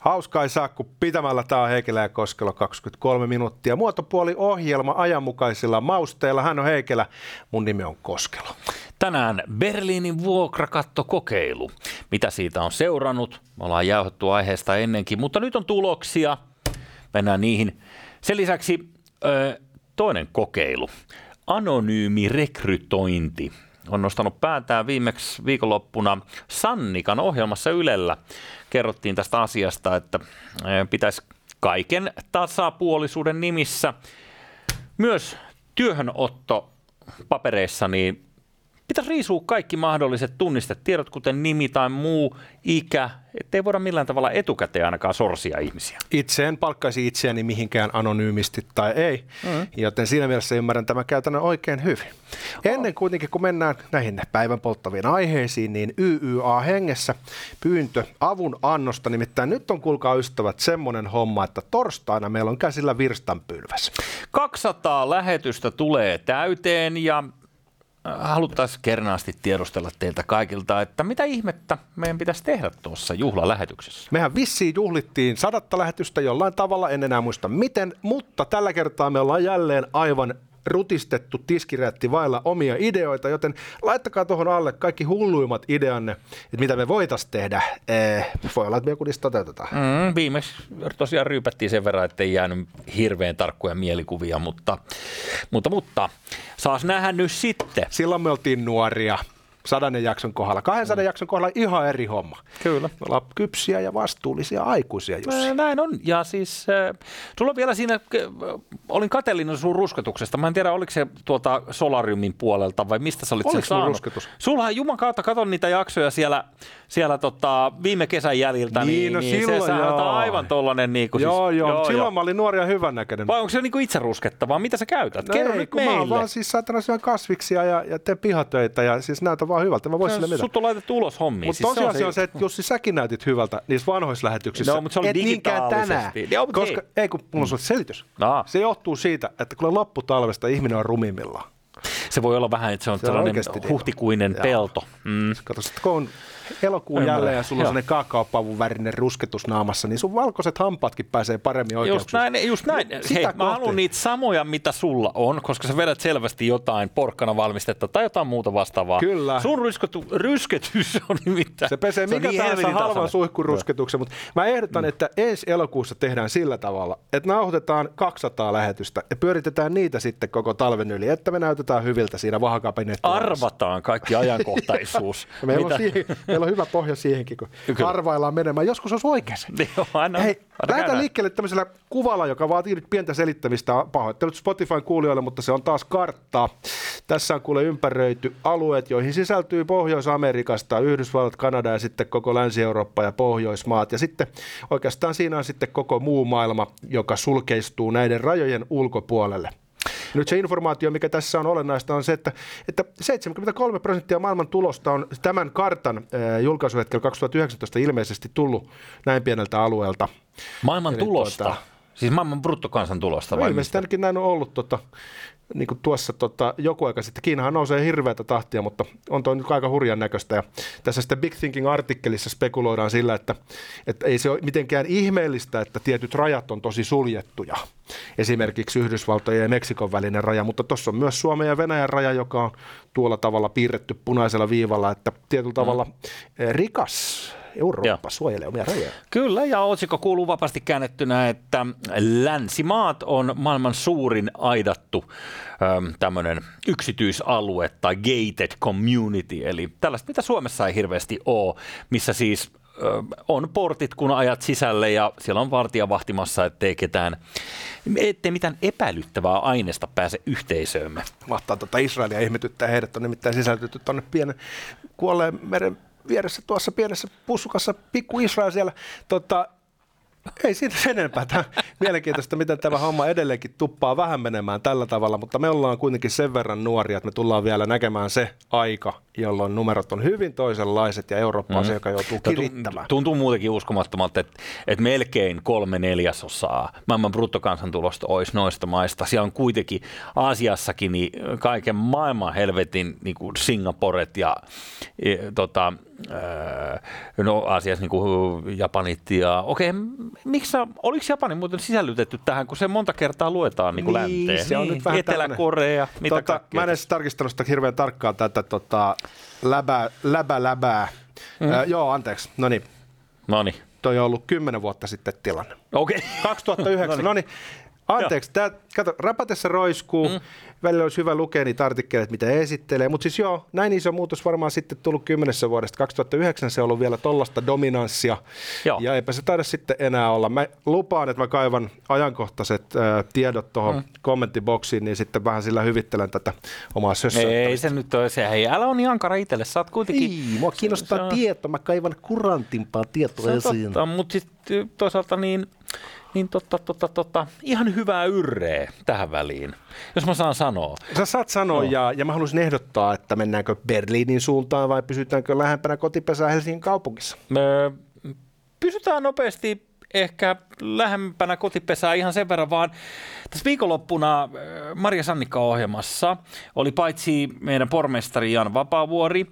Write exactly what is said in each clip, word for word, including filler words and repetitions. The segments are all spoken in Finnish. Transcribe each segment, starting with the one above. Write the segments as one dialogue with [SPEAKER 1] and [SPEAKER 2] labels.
[SPEAKER 1] Hauska ei saa, kun pitämällä tää on Heikelä ja Koskelo kaksikymmentäkolme minuuttia. Muotopuoli ohjelma ajanmukaisilla mausteilla. Hän on Heikelä, mun nimi on Koskelo.
[SPEAKER 2] Tänään Berliinin vuokrakattokokeilu. Mitä siitä on seurannut? Me ollaan jauhettu aiheesta ennenkin, mutta nyt on tuloksia. Mennään niihin. Sen lisäksi ö, toinen kokeilu. Anonyymi rekrytointi on nostanut päätään viimeksi viikonloppuna Sannikan ohjelmassa Ylellä. Kerrottiin tästä asiasta, että pitäisi kaiken tasapuolisuuden nimissä myös työhönotto papereissa, niin pitäisi riisua kaikki mahdolliset tunnistetiedot, kuten nimi tai muu ikä, ettei voida millään tavalla etukäteen ainakaan sorsia ihmisiä.
[SPEAKER 1] Itse en palkkaisi itseäni mihinkään anonyymisti tai ei, mm-hmm. joten siinä mielessä ymmärrän tämän käytännön oikein hyvin. Oh. Ennen kuitenkin, kun mennään näihin päivän polttaviin aiheisiin, niin Y Y A-hengessä pyyntö avun annosta. Nimittäin nyt on, kuulkaa ystävät, semmoinen homma, että torstaina meillä on käsillä virstanpylväs.
[SPEAKER 2] kaksisataa lähetystä tulee täyteen ja haluttaisiin kernaasti tiedustella teiltä kaikilta, että mitä ihmettä meidän pitäisi tehdä tuossa juhlalähetyksessä.
[SPEAKER 1] Mehän vissiin juhlittiin sadatta lähetystä jollain tavalla, en enää muista miten, mutta tällä kertaa me ollaan jälleen aivan rutistettu tiskirätti vailla omia ideoita, joten laittakaa tuohon alle kaikki hulluimmat ideanne, että mitä me voitaisiin tehdä. Eh, voi olla, että me joku niistä toteutetaan.
[SPEAKER 2] Mm, viimeksi tosiaan ryypättiin sen verran, ettei jäänyt hirveän tarkkoja mielikuvia, mutta, mutta, mutta saas nähdä nyt sitten.
[SPEAKER 1] Silloin me oltiin nuoria. Sadannen jakson kohdalla. kahdensadan mm. jakson kohdalla ihan eri homma.
[SPEAKER 2] Kyllä.
[SPEAKER 1] Me ollaan kypsiä ja vastuullisia aikuisia, Jussi.
[SPEAKER 2] Näin on. Ja siis äh, sulla on vielä siinä, äh, olin kateellinen sun rusketuksesta. Mä en tiedä, oliko se tuolta Solariumin puolelta vai mistä sä olit
[SPEAKER 1] oliko
[SPEAKER 2] sen saanut.
[SPEAKER 1] Rusketus?
[SPEAKER 2] Sullahan Juman kautta, katon niitä jaksoja siellä, siellä tota, viime kesän jäljiltä.
[SPEAKER 1] Niin,
[SPEAKER 2] niin,
[SPEAKER 1] no
[SPEAKER 2] niin
[SPEAKER 1] silloin
[SPEAKER 2] se
[SPEAKER 1] joo.
[SPEAKER 2] on aivan tollanen. Niin kuin,
[SPEAKER 1] joo,
[SPEAKER 2] siis,
[SPEAKER 1] joo,
[SPEAKER 2] joo,
[SPEAKER 1] silloin
[SPEAKER 2] joo.
[SPEAKER 1] mä olin nuori ja hyvännäköinen.
[SPEAKER 2] Vai onko se niin kuin itse ruskettavaa? Mitä sä käytät?
[SPEAKER 1] No
[SPEAKER 2] Kerro
[SPEAKER 1] ei,
[SPEAKER 2] nyt
[SPEAKER 1] kun
[SPEAKER 2] meille.
[SPEAKER 1] mä oon vaan siis saatana syön kasviksia ja, ja teen pihatöitä ja siis näytän vaan hyvältä. Mä voisin sille
[SPEAKER 2] Sut on laitettu ulos hommiin.
[SPEAKER 1] Mutta
[SPEAKER 2] siis
[SPEAKER 1] tosiasia
[SPEAKER 2] se
[SPEAKER 1] on se, että Jussi, säkin näytit hyvältä niissä vanhoissa lähetyksissä.
[SPEAKER 2] No, mutta se oli
[SPEAKER 1] et niinkään tänään.
[SPEAKER 2] Joo, mutta
[SPEAKER 1] koska, ei, kun mulla on sulle selitys.
[SPEAKER 2] No.
[SPEAKER 1] Se johtuu siitä, että kun lopputalvesta ihminen on rumimmillaan.
[SPEAKER 2] Se voi olla vähän, että se on
[SPEAKER 1] se
[SPEAKER 2] sellainen
[SPEAKER 1] on
[SPEAKER 2] huhtikuinen
[SPEAKER 1] niin.
[SPEAKER 2] pelto. Mm.
[SPEAKER 1] Kato, kun on elokuun jälleen ja sulla on sellainen kaakaopavun värinen rusketus naamassa, niin sun valkoiset hampaatkin pääsee paremmin oikeuksiin.
[SPEAKER 2] Just näin, just näin. Hei, mä haluan niitä samoja, mitä sulla on, koska sä vedät selvästi jotain porkkana valmistetta tai jotain muuta vastaavaa.
[SPEAKER 1] Kyllä.
[SPEAKER 2] Sun rysketu, rysketys on nimittäin.
[SPEAKER 1] Se pesee
[SPEAKER 2] se
[SPEAKER 1] mikä
[SPEAKER 2] niin
[SPEAKER 1] tahansa halvan
[SPEAKER 2] tasainen.
[SPEAKER 1] suihkurusketuksen, mutta mä ehdotan, mm. että ensi elokuussa tehdään sillä tavalla, että nauhoitetaan kaksisataa lähetystä ja pyöritetään niitä sitten koko talven yli, että me näytetään hyviltä siinä vahakabinettia.
[SPEAKER 2] Arvataan kaikki ajankohtaisuus.
[SPEAKER 1] meillä, on siihen, meillä on hyvä pohja siihenkin, kun Kyllä. arvaillaan menemään. Joskus olisi oikeassa. Hei, lähdetään liikkeelle tämmöisellä kuvalla, joka vaatii nyt pientä selittämistä. Pahoittelut Spotifyn kuulijoille, mutta se on taas karttaa. Tässä on kuule ympäröity alueet, joihin sisältyy Pohjois-Amerikasta, Yhdysvallat, Kanada ja sitten koko Länsi-Eurooppa ja Pohjoismaat. Ja sitten oikeastaan siinä on sitten koko muu maailma, joka sulkeistuu näiden rajojen ulkopuolelle. Nyt se informaatio, mikä tässä on olennaista, on se, että, että seitsemänkymmentäkolme prosenttia maailman tulosta on tämän kartan äh, julkaisuhetkellä kaksituhattayhdeksäntoista ilmeisesti tullut näin pieneltä alueelta.
[SPEAKER 2] Maailman Eli tulosta? Tuota, siis maailman bruttokansantulosta?
[SPEAKER 1] No ilmeisesti ainakin näin on ollut tota, niin kuin tuossa tota, joku aika sitten. Kiinahan nousee hirveätä tahtia, mutta on toi nyt aika hurjan näköistä. Ja tässä sitten Big Thinking-artikkelissa spekuloidaan sillä, että, että ei se ole mitenkään ihmeellistä, että tietyt rajat on tosi suljettuja. Esimerkiksi Yhdysvaltojen ja Meksikon välinen raja, mutta tuossa on myös Suomen ja Venäjän raja, joka on tuolla tavalla piirretty punaisella viivalla, että tietyllä tavalla mm. rikas Eurooppa ja. suojelee omia rajoja.
[SPEAKER 2] Kyllä, ja otsikko kuuluu vapaasti käännettynä, että länsimaat on maailman suurin aidattu äm, tämmöinen yksityisalue tai gated community, eli tällaista, mitä Suomessa ei hirveästi ole, missä siis on portit, kun ajat sisälle ja siellä on vartija vahtimassa, ettei ketään, ettei mitään epäilyttävää aineesta pääse yhteisöömme.
[SPEAKER 1] Mahtaa tuota Israelia ihmetyttää, heidät on nimittäin sisältytty tuonne pienen kuolleen meren vieressä tuossa pienessä pussukassa, pikku Israel siellä. Tota, Ei siitä sen enempää. Tämä on mielenkiintoista, miten tämä homma edelleenkin tuppaa vähän menemään tällä tavalla, mutta me ollaan kuitenkin sen verran nuoria, että me tullaan vielä näkemään se aika, jolloin numerot on hyvin toisenlaiset ja Eurooppa on mm. se, joka joutuu kirittämään.
[SPEAKER 2] Tuntuu muutenkin uskomattomalta, että, että melkein kolme neljäsosaa maailman bruttokansantulosta olisi noista maista. Siellä on kuitenkin Aasiassakin niin kaiken maailman helvetin niin kuin Singaporet ja, ja tota, no Aasiassa niin kuin Japanit ja okei, okay, miksi oliko Japani muuten sisällytetty tähän, kun se monta kertaa luetaan niin kuin
[SPEAKER 1] niin,
[SPEAKER 2] länteen?
[SPEAKER 1] Se on
[SPEAKER 2] niin,
[SPEAKER 1] nyt vähän
[SPEAKER 2] Etelä-Korea, mitä
[SPEAKER 1] tota,
[SPEAKER 2] kaikkea.
[SPEAKER 1] Mä en edes tarkistanut sitä hirveän tarkkaan tätä tota, läbä, läbä, läbää. Mm. Äh, joo, anteeksi. No niin.
[SPEAKER 2] Noniin.
[SPEAKER 1] Toi on ollut kymmenen vuotta sitten tilanne.
[SPEAKER 2] Okei. Okay.
[SPEAKER 1] kaksituhattayhdeksän. No niin. Anteeksi, tää, kato, Rapatessa roiskuu, mm. välillä olisi hyvä lukea niitä artikkeleita, mitä esittelee, mutta siis joo, näin iso muutos varmaan sitten tullut kymmenessä vuodesta. kaksituhattayhdeksän se on ollut vielä tollasta dominanssia, joo. Ja eipä se taida sitten enää olla. Mä lupaan, että mä kaivan ajankohtaiset äh, tiedot tuohon mm. kommenttiboksiin, niin sitten vähän sillä hyvittelen tätä omaa sössöttämistä.
[SPEAKER 2] Ei se nyt ole se, hei, älä on niin ankara itselle, sä oot kuitenkin...
[SPEAKER 1] Ei, mua kiinnostaa se, se tieto, mä kaivan kurantimpaa tietoa esiin.
[SPEAKER 2] Totta, mutta sitten toisaalta niin... Niin totta, totta, totta. Ihan hyvää yrreä tähän väliin, jos mä saan sanoa.
[SPEAKER 1] Sä saat sanoa, no. ja, ja mä haluaisin ehdottaa, että mennäänkö Berliinin suuntaan vai pysytäänkö lähempänä kotipesää Helsingin kaupungissa?
[SPEAKER 2] Me pysytään nopeasti ehkä lähempänä kotipesää ihan sen verran, vaan tässä viikonloppuna Maria Sannikka-ohjelmassa oli paitsi meidän pormestari Jan Vapaavuori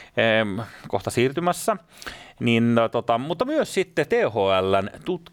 [SPEAKER 2] kohta siirtymässä, niin, tota, mutta myös sitten T H L:n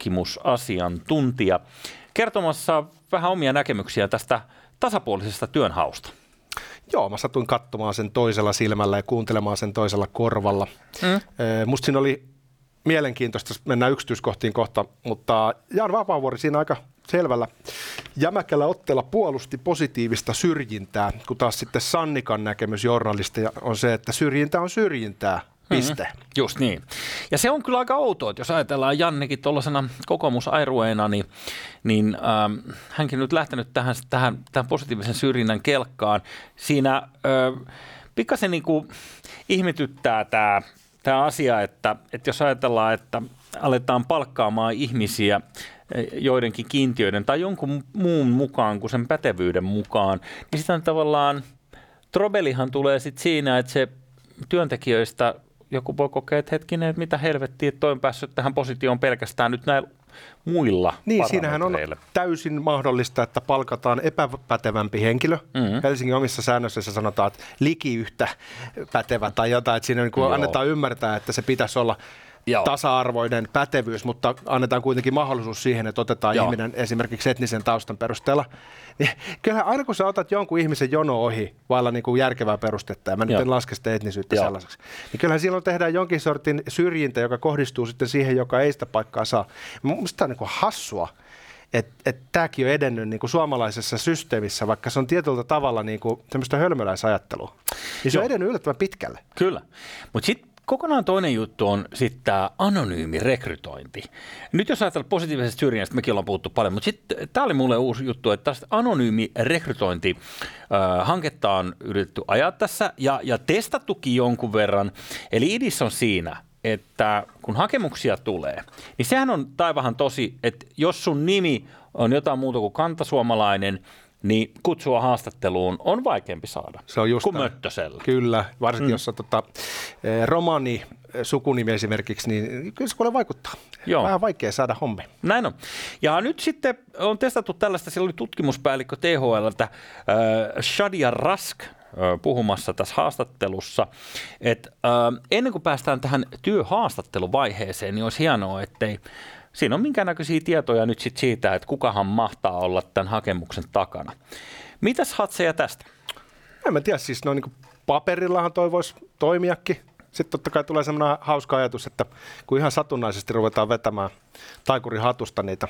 [SPEAKER 2] tutkimusasiantuntija kertomassa vähän omia näkemyksiä tästä tasapuolisesta työnhausta.
[SPEAKER 1] Joo, mä satuin katsomaan sen toisella silmällä ja kuuntelemaan sen toisella korvalla. Mm. Musta siinä oli mielenkiintoista, mennään yksityiskohtiin kohta, mutta Jan Vapaavuori siinä aika selvällä jämäkällä otteella puolusti positiivista syrjintää, kun taas sitten Sannikan näkemys journalisteja on se, että syrjintä on syrjintää. Piste. Mm-hmm.
[SPEAKER 2] Just niin. Ja se on kyllä aika outoa, että jos ajatellaan Jannekin tuollaisena kokoomusairueena, niin, niin ähm, hänkin nyt lähtenyt tähän, tähän, tähän positiivisen syrjinnän kelkkaan. Siinä äh, pikkasen niin kuin ihmetyttää tämä, tämä asia, että, että jos ajatellaan, että aletaan palkkaamaan ihmisiä joidenkin kiintiöiden tai jonkun muun mukaan kuin sen pätevyyden mukaan, niin sitä tavallaan trobelihan tulee sitten siinä, että se työntekijöistä joku voi kokea, että hetkinen, että mitä helvettiä, että toi on päässyt tähän positioon pelkästään nyt näillä muilla
[SPEAKER 1] Niin, siinähän on täysin mahdollista, että palkataan epäpätevämpi henkilö. Mm-hmm. Helsingin omissa säännöissä sanotaan, että liki yhtä pätevä tai jotain, että siinä niin annetaan ymmärtää, että se pitäisi olla Joo. tasa-arvoinen pätevyys, mutta annetaan kuitenkin mahdollisuus siihen, että otetaan Joo. ihminen esimerkiksi etnisen taustan perusteella. Niin, kyllähän aina kun sä otat jonkun ihmisen jono ohi vailla niin kuin järkevää perustetta, ja mä nyt Joo. en laske sitä etnisyyttä Joo. sellaiseksi, niin kyllähän silloin tehdään jonkin sortin syrjintä, joka kohdistuu sitten siihen, joka ei sitä paikkaa saa. Mielestäni tämä on niin kuin hassua, että et tämäkin on edennyt niin kuin suomalaisessa systeemissä, vaikka se on tietyllä tavalla niin kuin semmoista hölmöläisajattelua. Niin se Joo. on edennyt yllättävän pitkälle.
[SPEAKER 2] Kyllä, mutta sitten kokonaan toinen juttu on sitten tämä anonyymi rekrytointi. Nyt jos ajatellaan positiivisesta syrjinnästä, mekin ollaan puhuttu paljon, mutta sitten tämä oli mulle uusi juttu, että tästä anonyymi rekrytointi äh, hanketta on yritetty ajaa tässä ja, ja testattukin jonkun verran. Eli idis on siinä, että kun hakemuksia tulee, niin sehän on taivahan tosi, että jos sun nimi on jotain muuta kuin kantasuomalainen, niin kutsua haastatteluun on vaikeampi saada
[SPEAKER 1] se on just
[SPEAKER 2] kuin Möttösellä.
[SPEAKER 1] Kyllä, varsinkin mm. jos on tota, romani sukunimi esimerkiksi, niin kyllä se kuule vaikuttaa. Joo. Vähän vaikea saada hommi.
[SPEAKER 2] Näin on. Ja nyt sitten on testattu tällaista, siellä oli tutkimuspäällikkö T H L:ltä äh, Shadia Rask äh, puhumassa tässä haastattelussa, että äh, ennen kuin päästään tähän työhaastatteluvaiheeseen, niin olisi hienoa, ettei siinä on minkäännäköisiä tietoja nyt sit siitä, että kukahan mahtaa olla tämän hakemuksen takana. Mitäs Hatseja tästä?
[SPEAKER 1] En mä tiedä, siis no, niin kuin paperillahan toi voisi toimiakin. Sitten totta kai tulee semmoinen hauska ajatus, että kun ihan satunnaisesti ruvetaan vetämään taikurihatusta niitä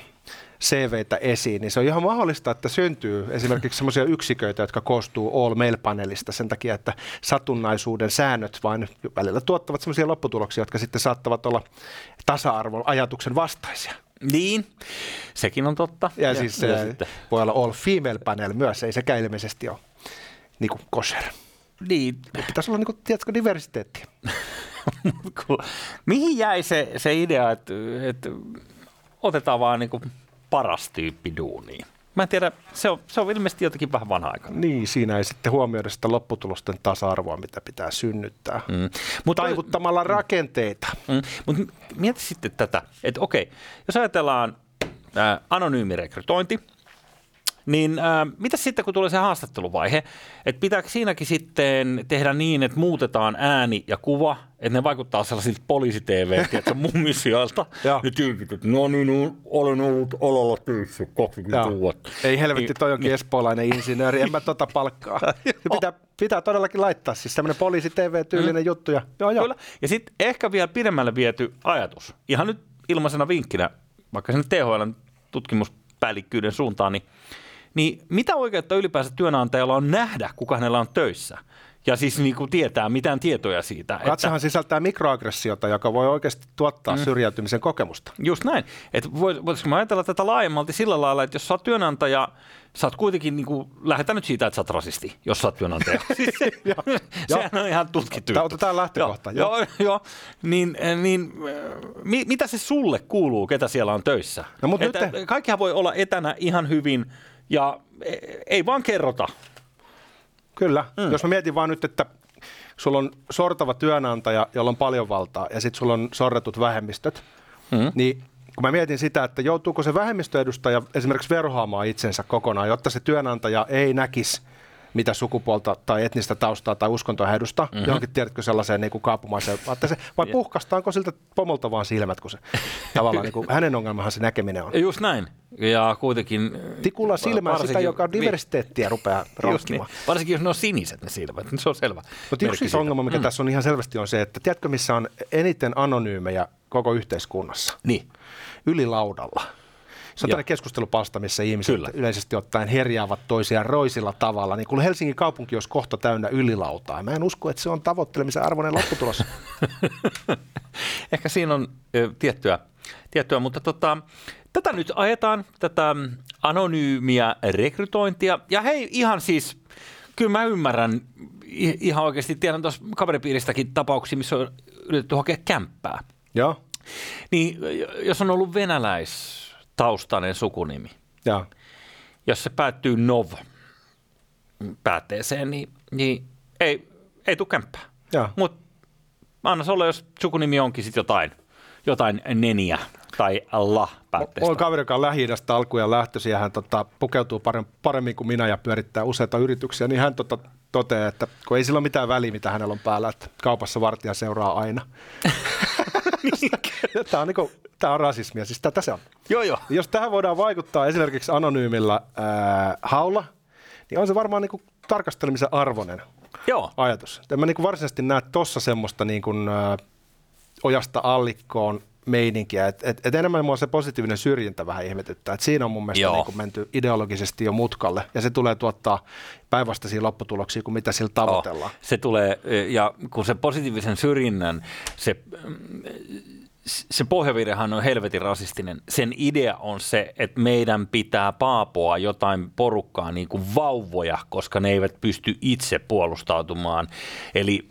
[SPEAKER 1] C V:tä esiin, niin se on ihan mahdollista, että syntyy esimerkiksi semmoisia yksiköitä, jotka koostuu all mail-paneelista sen takia, että satunnaisuuden säännöt vain välillä tuottavat semmoisia lopputuloksia, jotka sitten saattavat olla tasa-arvon ajatuksen vastaisia.
[SPEAKER 2] Niin, sekin on totta.
[SPEAKER 1] Ja, ja siis se voi olla all female panel myös, ei sekään ilmeisesti ole niin kuin kosher.
[SPEAKER 2] Niin.
[SPEAKER 1] Pitäisi olla, niin kuin, tiedätkö, diversiteettiä.
[SPEAKER 2] Mihin jäi se, se idea, että, että otetaan vaan niin kuin paras tyyppi duuniin. Mä en tiedä, se on, se on ilmeisesti jotenkin vähän vanha-aikana.
[SPEAKER 1] Niin, siinä ei sitten huomioida sitä lopputulosten tasa-arvoa, mitä pitää synnyttää. Mm. Mutta taivuttamalla rakenteita.
[SPEAKER 2] Mm. Mutta mieti sitten tätä, että okei, jos ajatellaan äh, anonyymi rekrytointi, niin äh, mitä sitten, kun tulee se haastatteluvaihe, että pitääkö siinäkin sitten tehdä niin, että muutetaan ääni ja kuva, että ne vaikuttaa sellaisilta poliisi-tv-tä, että mummisijalta. Ne tyypit, että no niin, olen ollut alalla töissä kaksikymmentä vuotta.
[SPEAKER 1] Ei helvetti, toi onkin espoolainen insinööri, en mä tota palkkaa. pitää, pitää todellakin laittaa siis tämmöinen poliisi-tv-tyylinen mm. juttu. Ja, joo, joo.
[SPEAKER 2] Kyllä. Ja sitten ehkä vielä pidemmälle viety ajatus, ihan nyt ilmaisena vinkkinä, vaikka sinne T H L:n tutkimuspäällikkyyden suuntaan, niin Niin mitä oikeutta ylipäänsä työnantajalla on nähdä, kuka hänellä on töissä? Ja siis niin kuin tietää mitään tietoja siitä.
[SPEAKER 1] Katsehan että sisältää mikroaggressiota, joka voi oikeasti tuottaa mm. syrjäytymisen kokemusta.
[SPEAKER 2] Just näin. Että voisiko mä ajatella tätä laajemmalti sillä lailla, että jos sä oot työnantaja, sä oot kuitenkin, niin kuin, lähdetään nyt siitä, että sä oot rasisti, jos sä oot työnantaja. Siis se, sehän on ihan tutkittu.
[SPEAKER 1] Tämä otetaan lähtökohta.
[SPEAKER 2] Joo, joo, joo. Niin, niin mi, mitä se sulle kuuluu, ketä siellä on töissä? No, mutta että nyt te... Kaikkihan voi olla etänä ihan hyvin. Ja ei vaan kerrota.
[SPEAKER 1] Kyllä. Mm. Jos mä mietin vaan nyt, että sulla on sortava työnantaja, jolla on paljon valtaa, ja sitten sulla on sorretut vähemmistöt, mm. niin kun mä mietin sitä, että joutuuko se vähemmistöedustaja esimerkiksi verhoamaan itsensä kokonaan, jotta se työnantaja ei näkisi mitä sukupuolta tai etnistä taustaa tai uskontoa hän edustaa, mm-hmm. johonkin tiedätkö sellaiseen niin kuin kaapumaiseen, vai puhkastaanko siltä pomolta vaan silmät, kun se tavallaan niin kuin, hänen ongelmahan se näkeminen on.
[SPEAKER 2] Just näin. Ja kuitenkin
[SPEAKER 1] tikulla silmää sitä, joka on diversiteettiä rupeaa ronkkimaan.
[SPEAKER 2] Niin. Varsinkin jos ne on siniset ne silmät, niin se on selvä.
[SPEAKER 1] Mutta yksi siis ongelma, mikä mm. tässä on ihan selvästi on se, että tiedätkö missä on eniten anonyymejä koko yhteiskunnassa?
[SPEAKER 2] Niin.
[SPEAKER 1] Ylilaudalla. Se on tämmöinen keskustelupalsta, missä ihmiset Kyllä. yleisesti ottaen herjaavat toisiaan roisilla tavalla. Niin kun Helsingin kaupunki olisi kohta täynnä ylilautaa. Mä en usko, että se on tavoittelemisen arvoinen lopputulos.
[SPEAKER 2] Ehkä siinä on ö, tiettyä, tiettyä, mutta tota, tätä nyt ajetaan, tätä anonyymiä rekrytointia. Ja hei, ihan siis, kyllä mä ymmärrän, ihan oikeasti tiedän tuossa kaveripiiristäkin tapauksia, missä on yritetty hakea kämppää.
[SPEAKER 1] Joo.
[SPEAKER 2] Niin jos on ollut venäläis taustainen sukunimi.
[SPEAKER 1] Ja.
[SPEAKER 2] Jos se päättyy nov päätteeseen, niin, niin ei, ei tule kämppää. Mutta anna se olla, jos sukunimi onkin sitten jotain, jotain neniä tai la päätteestä.
[SPEAKER 1] Olen kaveri, joka on Lähi-idästä alkuun lähtöisin ja hän tota, pukeutuu paremmin kuin minä ja pyörittää useita yrityksiä, niin hän tota, toteaa, että kun ei sillä ole mitään väliä, mitä hänellä on päällä, että kaupassa vartija seuraa aina. Tämä on, niin kuin, tämä on rasismia, siis tätä se on.
[SPEAKER 2] Joo, joo.
[SPEAKER 1] Jos tähän voidaan vaikuttaa esimerkiksi anonyymillä ää, haulla, niin on se varmaan niin kuin tarkastelemisen arvoinen
[SPEAKER 2] joo.
[SPEAKER 1] ajatus. En mä niin kuin varsinaisesti näe tuossa semmoista niin kuin, ää, ojasta allikkoon meininkiä, että et, et enemmän mua se positiivinen syrjintä vähän ihmetyttää, että siinä on mun mielestä niin kuin menty ideologisesti jo mutkalle, ja se tulee tuottaa päinvastaisia lopputuloksia kuin mitä sillä tavoitellaan.
[SPEAKER 2] Oh, se tulee, ja kun se positiivisen syrjinnän, se, se pohjavirehan on helvetin rasistinen. Sen idea on se, että meidän pitää paapoa jotain porukkaa niin kuin vauvoja, koska ne eivät pysty itse puolustautumaan. Eli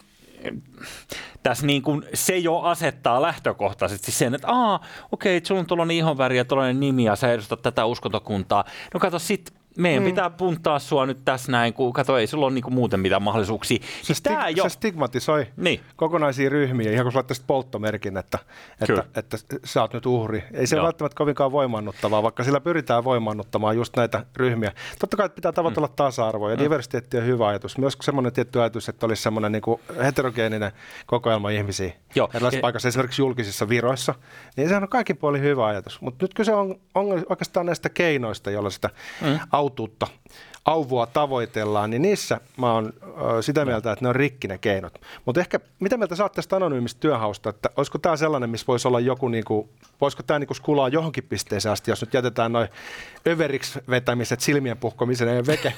[SPEAKER 2] tässä niin kuin se jo asettaa lähtökohtaisesti sen, että aa, okei, okay, sulla on tuollainen ihonväri ja tuollainen nimi ja sä edustat tätä uskontokuntaa. No kato, sit meidän mm. pitää puntaa sua nyt tässä näin, kun kato, ei sulla ole niin kuin muuten mitään mahdollisuuksia.
[SPEAKER 1] Se, stig- jo... se stigmatisoi niin. kokonaisia ryhmiä, ihan kun sä laittaisit polttomerkin, että, että, että sä oot nyt uhri. Ei se ole välttämättä kovinkaan voimaannuttavaa, vaikka sillä pyritään voimaannuttamaan just näitä ryhmiä. Totta kai pitää tavoitella mm. tasa-arvoa ja mm. diversiteetti on hyvä ajatus. Myös semmoinen tietty ajatus, että olisi semmoinen niin kuin heterogeeninen kokoelma ihmisiä erilaisissa paikassa, esimerkiksi julkisissa viroissa, niin sehän on kaikin puolin hyvä ajatus. Mutta nyt kyse on, on oikeastaan näistä keinoista, joilla sitä mm. autuutta, auvua tavoitellaan, niin niissä mä oon ö, sitä mieltä, että ne on rikki ne keinot. Mutta ehkä, mitä mieltä sä oot tästä anonyymistä työhausta, että olisiko tämä sellainen, missä voisi olla joku, niinku, voisiko tämä niinku skulaa johonkin pisteeseen asti, jos nyt jätetään noin överiksi vetämiset, silmien puhkomisen ja veke?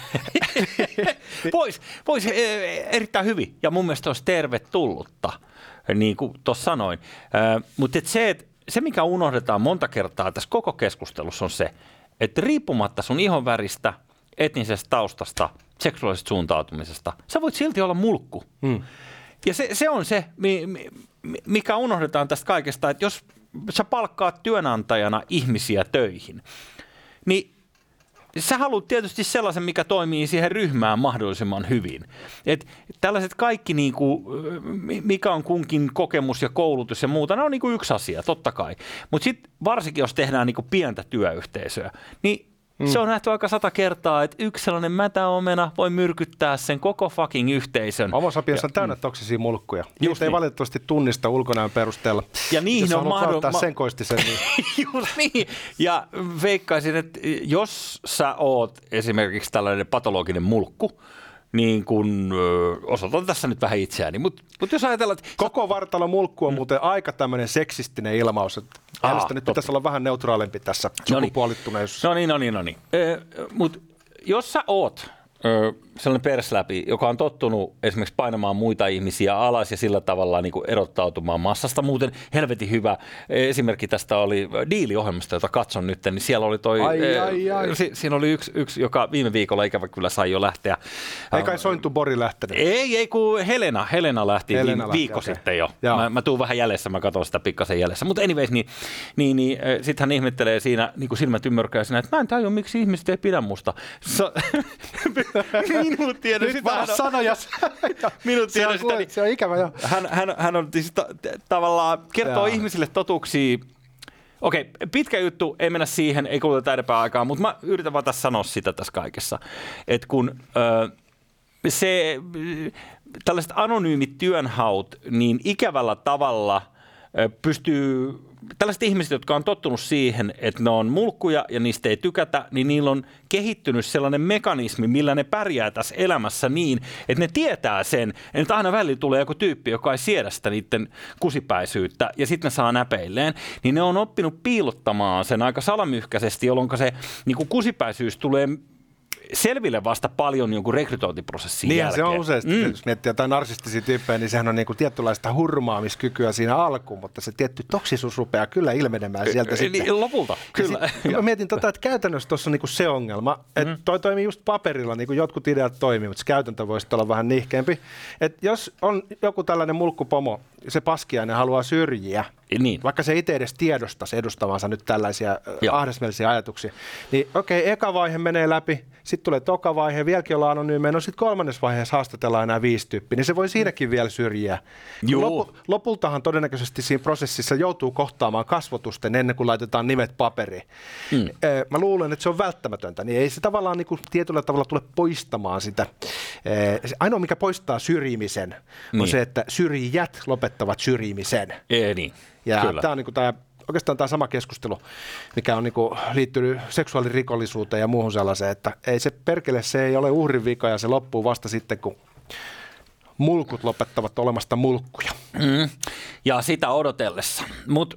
[SPEAKER 2] Voisi vois, erittäin hyvin, ja mun mielestä olisi tervetullutta, niin kuin tuossa sanoin. Äh, mutta et se, et, se, mikä unohdetaan monta kertaa tässä koko keskustelussa on se, että riippumatta sun ihonväristä, etnisestä taustasta, seksuaalisesta suuntautumisesta, sä voit silti olla mulkku. Hmm. Ja se, se on se, mikä unohdetaan tästä kaikesta, että jos sä palkkaat työnantajana ihmisiä töihin, niin sä haluat tietysti sellaisen, mikä toimii siihen ryhmään mahdollisimman hyvin. Et tällaiset kaikki, niinku, mikä on kunkin kokemus ja koulutus ja muuta, ne on niinku yksi asia, totta kai. Mutta sitten varsinkin, jos tehdään niinku pientä työyhteisöä, niin Mm. se on nähty aika sata kertaa, että yksi sellainen mätäomena voi myrkyttää sen koko fucking yhteisön.
[SPEAKER 1] Homo sapiens on täynnä toksisia mulkkuja. Niitä ei niin. valitettavasti tunnista ulkonäön perusteella.
[SPEAKER 2] Ja niihin
[SPEAKER 1] jos
[SPEAKER 2] on mahdollista.
[SPEAKER 1] Ma- sen koistisen, niin.
[SPEAKER 2] Just niin. Ja veikkaisin, että jos sä oot esimerkiksi tällainen patologinen mulkku, niin kun osoitan tässä nyt vähän itseäni, mutta mut jos ajatellaan, että
[SPEAKER 1] koko vartalo mulkku on mm. muuten aika tämmöinen seksistinen ilmaus, että mielestäni nyt pitäisi olla vähän neutraalimpi tässä sukupuolittuneisuudessa.
[SPEAKER 2] No niin, no niin, no niin. Mutta jos sä oot sellainen persläpi, joka on tottunut esimerkiksi painamaan muita ihmisiä alas ja sillä tavalla niin kuin erottautumaan massasta. Muuten helvetin hyvä esimerkki tästä oli Diili-ohjelmasta, jota katson nyt, niin siellä oli toi,
[SPEAKER 1] ai, ai, ai.
[SPEAKER 2] Si, siinä oli yksi, yksi, joka viime viikolla ikävä kyllä sai jo lähteä.
[SPEAKER 1] Ei kai Sointu Bori lähtenyt?
[SPEAKER 2] Ei, ei kun Helena, Helena lähti Helena lähti, viikko okay. sitten jo. Mä, mä tuun vähän jäljessä, mä katson sitä pikkasen jäljessä. Mutta anyways, niin, niin, niin sitten hän ihmettelee siinä niin kuin silmät ymmärkää siinä, että mä en tajua, miksi ihmiset ei pidä musta. So, minut tiedä
[SPEAKER 1] nyt vaan sanoja.
[SPEAKER 2] Minut tiedä sitä.
[SPEAKER 1] Niin, se on ikävä jo.
[SPEAKER 2] Hän, hän, hän on siis ta- tavallaan kertoo Jaa. ihmisille totuuksia. Okei, pitkä juttu, ei mennä siihen, ei kuluteta edempää aikaa, mutta mä yritän vaan tässä sanoa sitä tässä kaikessa. Että kun ö, se, tällaiset anonyymit työnhaut, niin ikävällä tavalla ö, pystyy... Tällaiset ihmiset, jotka on tottunut siihen, että ne on mulkkuja ja niistä ei tykätä, niin niillä on kehittynyt sellainen mekanismi, millä ne pärjää tässä elämässä niin, että ne tietää sen, että aina välillä tulee joku tyyppi, joka ei siedä sitä niiden kusipäisyyttä ja sitten ne saa näpeilleen, niin ne on oppinut piilottamaan sen aika salamyhkäisesti, jolloin se niin kuin kusipäisyys tulee selville vasta paljon jonkun rekrytointiprosessin
[SPEAKER 1] niin
[SPEAKER 2] jälkeen.
[SPEAKER 1] Se on useasti, mm. jos miettii jotain narsistisia tyyppejä, niin sehän on niinku tietynlaista hurmaamiskykyä siinä alkuun, mutta se tietty toksisuus rupeaa kyllä ilmenemään sieltä sitten.
[SPEAKER 2] Lopulta, kyllä.
[SPEAKER 1] Sit, mä mietin, tota, että käytännössä tuossa on niinku se ongelma, että toi toimii just paperilla, niin kuin jotkut ideat toimii, mutta se käytäntö voisi olla vähän nihkeämpi. Että jos on joku tällainen mulkkupomo, se paskiainen haluaa syrjiä,
[SPEAKER 2] niin.
[SPEAKER 1] vaikka se itse edes tiedostaisi edustavansa nyt tällaisia Joo. ahdasmielisiä ajatuksia, niin okei, eka vaihe menee läpi, sitten tulee toka vaihe, vieläkin ollaan anonyymeja, no sitten kolmannes vaiheessa haastatellaan enää viisi tyyppiä, niin se voi siinäkin vielä syrjiä. Lopu, lopultahan todennäköisesti siinä prosessissa joutuu kohtaamaan kasvotusten ennen kuin laitetaan nimet paperiin. Mm. Mä luulen, että se on välttämätöntä, niin ei se tavallaan niin kuin tietyllä tavalla tule poistamaan sitä. Ainoa, mikä poistaa syrjimisen, on niin. se, että syrjijät lopettavat syrjimisen.
[SPEAKER 2] Ei, niin.
[SPEAKER 1] Ja tämä on niin kuin tämä... Oikeastaan tämä sama keskustelu, mikä on niinku liittynyt seksuaalirikollisuuteen ja muuhun sellaiseen, että ei se perkele, se ei ole uhrin vika ja se loppuu vasta sitten, kun mulkut lopettavat olemasta mulkkuja.
[SPEAKER 2] Mm. Ja sitä odotellessa. Mutta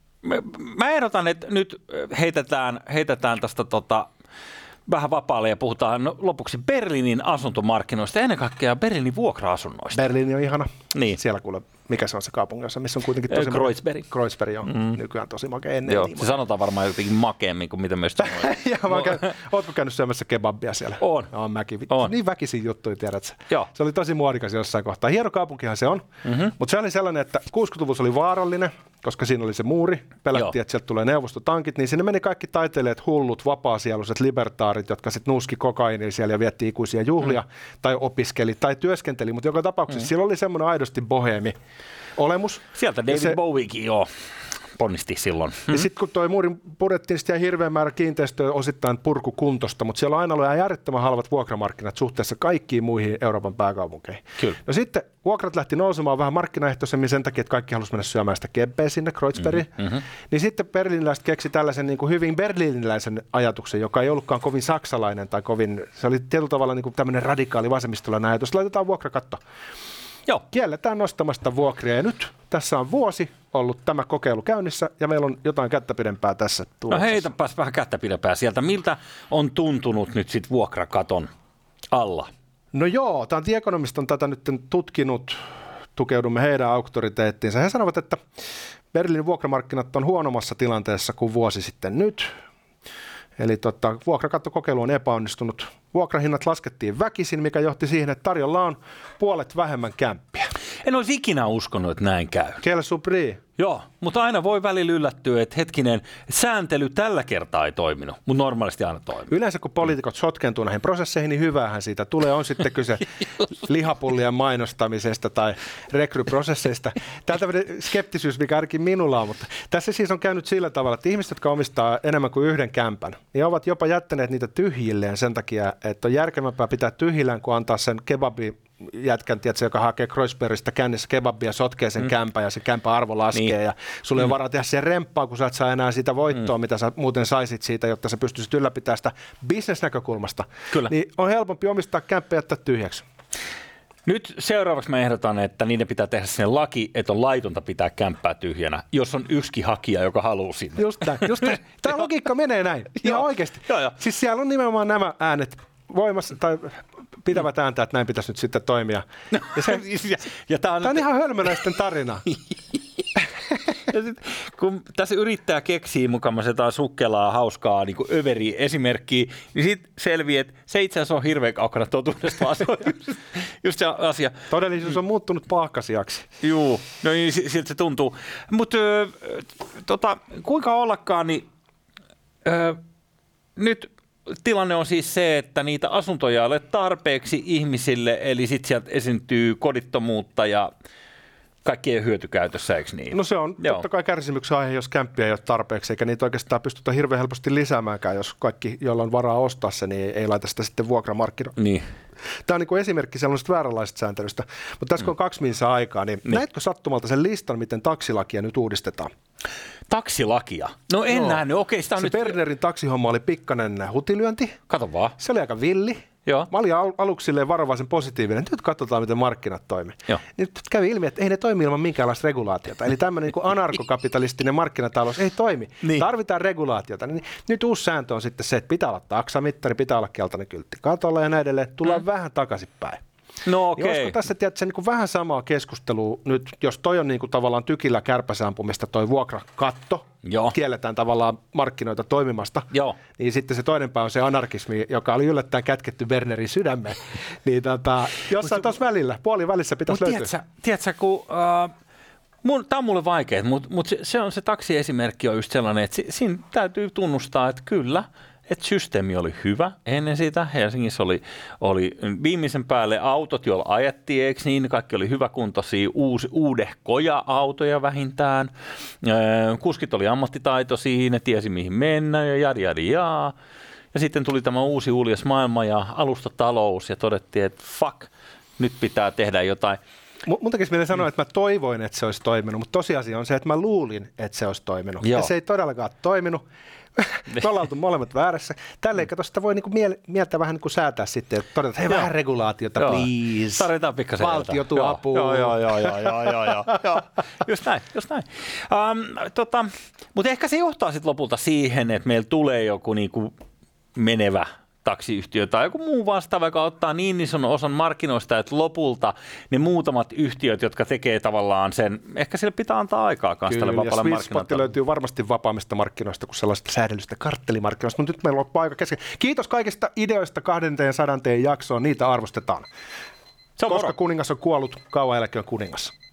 [SPEAKER 2] mä ehdotan, että nyt heitetään, heitetään tästä tota, vähän vapaalle ja puhutaan lopuksi Berliinin asuntomarkkinoista ja ennen kaikkea Berliinin vuokra-asunnoista.
[SPEAKER 1] Berliini on ihana.
[SPEAKER 2] Niin.
[SPEAKER 1] Siellä kuule, mikä se on se kaupungissa, missä on kuitenkin tosi...
[SPEAKER 2] Kreuzberg.
[SPEAKER 1] Kreuzberg on mm. nykyään tosi makea. Ennen
[SPEAKER 2] Joo,
[SPEAKER 1] niin
[SPEAKER 2] se sanotaan varmaan jotenkin makeammin kuin mitä myös sanoin.
[SPEAKER 1] no. käyn, ootko käynyt syömässä kebabia siellä?
[SPEAKER 2] On.
[SPEAKER 1] No, mäkin.
[SPEAKER 2] On.
[SPEAKER 1] Niin väkisin juttuja, tiedätkö?
[SPEAKER 2] Joo.
[SPEAKER 1] Se oli tosi muodikas jossain kohtaa. Hieno kaupunkihan se on, mm-hmm. mutta se oli sellainen, että kuusikymmentäluvulla oli vaarallinen, koska siinä oli se muuri, pelättiin, Joo. että sieltä tulee neuvostotankit, niin sinne meni kaikki taiteilijat, hullut, vapaasieluiset, libertaarit, jotka sitten nuuski kokainia siellä ja vietti ikuisia juhlia, mm. tai opiskeli, tai työskenteli, mutta joka tapauksessa mm. siellä oli semmoinen aidosti boheemi olemus.
[SPEAKER 2] Sieltä David se, Bowiekin joo ponnisti silloin.
[SPEAKER 1] Ja sitten kun tuo muurin purettiin, niin sitten hirveän määrä kiinteistöä osittain purkukuntosta, mutta siellä on aina ollut järjettömän halvat vuokramarkkinat suhteessa kaikkiin muihin Euroopan pääkaupunkeihin.
[SPEAKER 2] Kyllä.
[SPEAKER 1] No sitten vuokrat lähti nousemaan vähän markkinaehtoisemmin sen takia, että kaikki halusivat mennä syömään sitä kebbeä sinne Kreuzbergiin. Mm-hmm. Niin sitten berliiniläiset keksi tällaisen niin kuin hyvin berliiniläisen ajatuksen, joka ei ollutkaan kovin saksalainen tai kovin, se oli tietyllä tavalla niin kuin tämmöinen radikaali vasemmistolainen ajatus. Laitetaan vuokrakatto.
[SPEAKER 2] Joo.
[SPEAKER 1] Kielletään nostamasta vuokria ja nyt tässä on vuosi ollut tämä kokeilu käynnissä ja meillä on jotain kättä pidempää tässä tuloksessa.
[SPEAKER 2] No heitäpäs vähän kättä pidempää sieltä. Miltä on tuntunut nyt sit vuokrakaton alla?
[SPEAKER 1] No joo, tämä The Economist on tätä nyt tutkinut, tukeudumme heidän auktoriteettiinsa. He sanovat, että Berliinin vuokramarkkinat on huonommassa tilanteessa kuin vuosi sitten nyt. Eli tota, vuokrakattokokeilu on epäonnistunut. Vuokrahinnat laskettiin väkisin, mikä johti siihen, että tarjolla on puolet vähemmän kämppiä.
[SPEAKER 2] En olisi ikinä uskonut, että näin käy.
[SPEAKER 1] Quelle surprise.
[SPEAKER 2] Joo, mutta aina voi välillä yllättyä, että hetkinen, sääntely tällä kertaa ei toiminut, mutta normaalisti aina toimii.
[SPEAKER 1] Yleensä kun poliitikot sotkeentuu näihin prosesseihin, niin hyvähän siitä tulee. On sitten kyse lihapullien mainostamisesta tai rekryprosesseista. Täällä tämmöinen skeptisyys, mikä ainakin minulla on, mutta tässä siis on käynyt sillä tavalla, että ihmiset, jotka omistaa enemmän kuin yhden kämpän, niin ovat jopa jättäneet niitä tyhjilleen sen takia, että on järkevämpää pitää tyhjillään, kuin antaa sen kebabi jätkän, tiedätkö, joka hakee Kreuzbergistä kännissä kebabia ja sotkee sen mm. kämpän ja se kämpän arvo laskee niin. ja sulla ei mm. ole varaa tehdä siihen remppaa, kun sä et saa enää sitä voittoa, mm. mitä sä muuten saisit siitä, jotta sä pystyisit ylläpitämään sitä bisnesnäkökulmasta. Kyllä. Niin on helpompi omistaa kämppä ja jättää tyhjäksi.
[SPEAKER 2] Nyt seuraavaksi mä ehdotan, että niiden pitää tehdä sen laki, että on laitonta pitää kämppää tyhjänä, jos on yksikin hakija, joka haluaa sinne.
[SPEAKER 1] Just näin, just näin. Tämä logiikka menee näin, ihan oikeasti. Joo, joo. Siis siellä on nimenomaan nämä äänet voimassa, tai pitävät ääntä, että näin pitäisi nyt sitten toimia. Ja se, ja, ja tämä on, on ihan hölmöläisten tarina.
[SPEAKER 2] Ja sit, kun tässä yrittää keksiä mukaan jotain sukkelaa, hauskaa, niin kuin överiä esimerkkiä, niin sitten selvii, että se itse asiassa on hirveän kaukana totuudesta, vaan se on just, just se asia.
[SPEAKER 1] Todellisuus on muuttunut paahkasiaksi.
[SPEAKER 2] Juu, no niin siltä se tuntuu. Mutta tota, kuinka ollakaan, niin ö, nyt tilanne on siis se, että niitä asuntoja ei ole tarpeeksi ihmisille, eli sitten sieltä esiintyy kodittomuutta ja kaikkien hyötykäytössä, eikö niin?
[SPEAKER 1] No se on Joo. totta kai kärsimyksen aihe, jos kämppiä ei ole tarpeeksi, eikä niitä oikeastaan pystytä hirveän helposti lisäämäänkään, jos kaikki, joilla on varaa ostaa se, niin ei laita sitä sitten vuokramarkkinoille.
[SPEAKER 2] Niin.
[SPEAKER 1] Tämä on niin kuin esimerkki sellaisesta vääränlaisesta sääntelystä, mutta tässä kun on kaksi minsa aikaa, niin, niin näetkö sattumalta sen listan, miten taksilakia nyt uudistetaan?
[SPEAKER 2] Taksilakia? No en no. nähnyt, okei. Sitä on
[SPEAKER 1] se
[SPEAKER 2] nyt...
[SPEAKER 1] Bernerin taksihomma oli pikkainen hutilyönti.
[SPEAKER 2] Kato vaan.
[SPEAKER 1] Se oli aika villi. Joo. Mä olin al- aluksi silleen varovaisen positiivinen. Nyt katsotaan, miten markkinat toimii. Nyt kävi ilmi, että ei ne toimi ilman minkäänlaista regulaatiota. Eli tämmöinen niin kuin anarkokapitalistinen markkinatalous ei toimi. Niin. Tarvitaan regulaatiota. Niin nyt uusi sääntö on sitten se, että pitää olla taksamittari, pitää olla keltainen kyltti katolla ja näin edelleen. Tullaan mm. vähän takaisinpäin.
[SPEAKER 2] No okei. Okay.
[SPEAKER 1] Olisiko tässä tiedätkö, niin kuin vähän samaa keskustelua nyt, jos toi on niin kuin tavallaan tykillä kärpäsampumista, toi vuokrakatto, Joo. kielletään tavallaan markkinoita toimimasta, Joo. niin sitten se toinen pää on se anarkismi, joka oli yllättäen kätketty Bernerin sydämeen. niin tota, jossain tuossa välillä, puolin välissä pitäisi löytyä.
[SPEAKER 2] Tiedätkö, tiedätkö kun... Uh... Tämä on mulle vaikea, mutta, mutta se, se on se taksiesimerkki on just sellainen, että si, siinä täytyy tunnustaa, että kyllä, että systeemi oli hyvä ennen sitä. Helsingissä oli, oli viimeisen päälle autot, joilla ajettiin, eikö niin? Kaikki oli hyväkuntoisia, uusi, uudehkoja autoja vähintään. Kuskit oli ammattitaitoisia, ne tiesi mihin mennä ja jadi jadi jaa. Ja sitten tuli tämä uusi uljas maailma ja alustatalous ja todettiin, että fuck, nyt pitää tehdä jotain.
[SPEAKER 1] Mun tekisi mieleen sanoa, että mä toivoin, että se olisi toiminut, mutta tosiasia on se, että mä luulin, että se olisi toiminut. Joo. Ja se ei todellakaan toiminut. Me ollaan oltu molemmat väärässä. Tälleen, kato, sitä voi niinku miel- mieltä vähän niinku säätää sitten, että todeta, että hei, vähän regulaatiota, joo. please.
[SPEAKER 2] Tarvitaan pikkasen.
[SPEAKER 1] Valtio tuo apua.
[SPEAKER 2] Joo, joo, joo, joo, joo, joo, joo, joo. Just näin, just näin. Um, tota, mutta ehkä se johtaa sitten lopulta siihen, että meillä tulee joku niinku menevä taksiyhtiö tai joku muu vastaava, joka ottaa niin ison osan markkinoista, että lopulta ne muutamat yhtiöt, jotka tekee tavallaan sen, ehkä sille pitää antaa aikaa kanssa tälle vapaalle markkinoille.
[SPEAKER 1] Kyllä, ja sweet spot löytyy varmasti vapaammista markkinoista kuin sellaisista säädellystä karttelimarkkinoista, mutta nyt meillä on aika kesken. Kiitos kaikista ideoista kahdenteen sadanteen jaksoon, niitä arvostetaan. Se on Koska moro. Kuningas on kuollut, kauan eläköön kuningas.